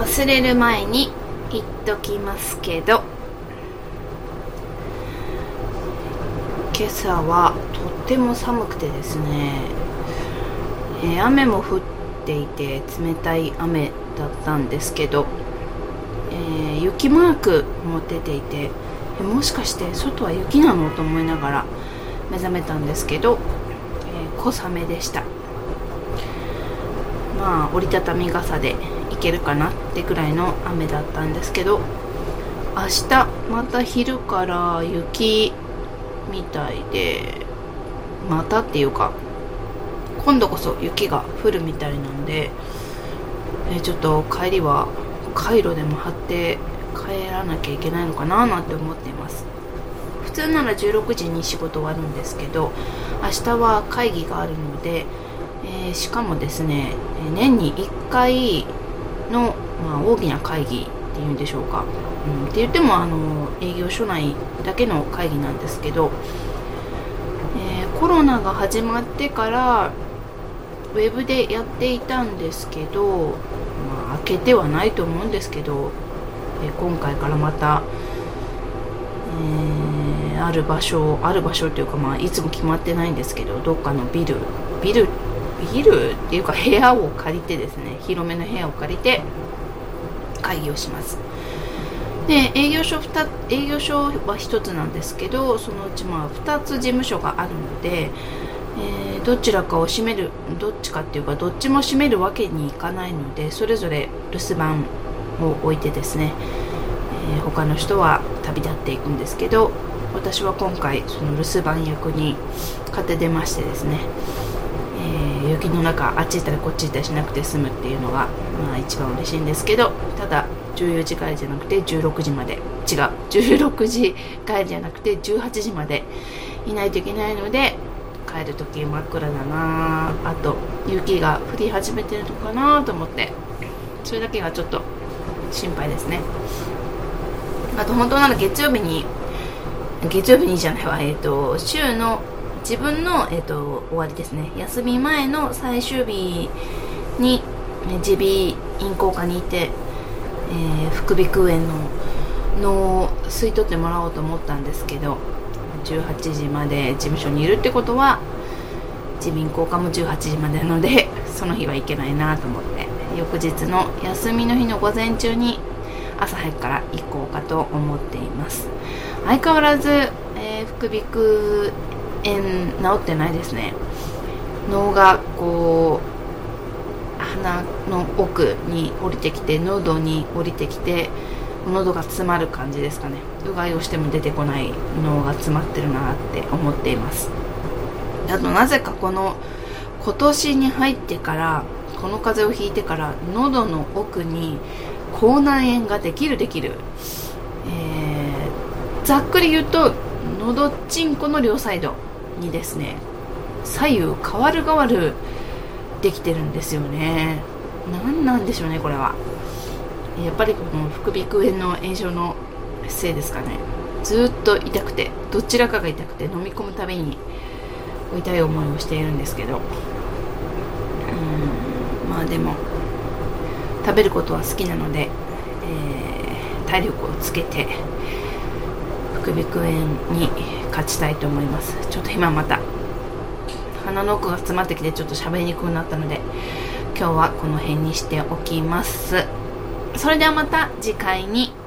忘れる前に言っときますけど、今朝はとっても寒くてですね、雨も降っていて冷たい雨だったんですけど、雪マークも出ていて、もしかして外は雪なのと思いながら目覚めたんですけど、小雨でした。まあ折りたたみ傘でいけるかなってくらいの雨だったんですけど、明日また昼から雪みたいで、またっていうか今度こそ雪が降るみたいなんで、ちょっと帰りはカイロでも貼って帰らなきゃいけないのかななんて思っています。普通なら16時に仕事終わるんですけど、明日は会議があるので、しかもですね、年に1回の、大きな会議っていうんでしょうか、って言っても営業所内だけの会議なんですけど、コロナが始まってからウェブでやっていたんですけど、開けてはないと思うんですけど、今回からまた、ある場所というか、いつも決まってないんですけど、どっかのビルっていうか部屋を借りてですね、広めの部屋を借りて会議をします。で、営業所は1つなんですけど、そのうち2つ事務所があるので、どちらかを閉める、どっちかっていうかどっちも閉めるわけにいかないので、それぞれ留守番を置いてですね、他の人は旅立っていくんですけど、私は今回その留守番役に勝手出ましてですね、雪の中あっち行ったりこっち行ったりしなくて済むっていうのが、一番嬉しいんですけど、ただ14時帰りじゃなくて16時まで、16時帰りじゃなくて18時までいないといけないので、帰るとき真っ暗だな、あと雪が降り始めてるのかなと思って、それだけがちょっと心配ですね。あと本当なら月曜日にじゃないわ、週の自分の、終わりですね、休み前の最終日に耳鼻咽喉科にいて、副鼻腔炎の脳を吸い取ってもらおうと思ったんですけど、18時まで事務所にいるってことは耳鼻咽喉科も18時までなので、その日は行けないなと思って、翌日の休みの日の午前中に朝早くから行こうかと思っています。相変わらず、副鼻腔炎治ってないですね。脳がこう鼻の奥に降りてきて、喉に降りてきて、喉が詰まる感じですかね。うがいをしても出てこない脳が詰まってるなって思っています。あとなぜか今年に入ってから、この風邪をひいてから喉の奥に口内炎ができる、ざっくり言うと喉ちんこの両サイドにですね、左右変わるできてるんですよね。何なんでしょうね、これは。やっぱりこの副鼻腔炎の炎症のせいですかね。ずっと痛くて、どちらかが痛くて、飲み込むたびに痛い思いをしているんですけど、でも食べることは好きなので、体力をつけて副鼻腔炎に勝ちたいと思います。ちょっと今また鼻の奥が詰まってきてちょっと喋りにくくなったので、今日はこの辺にしておきます。それではまた次回に。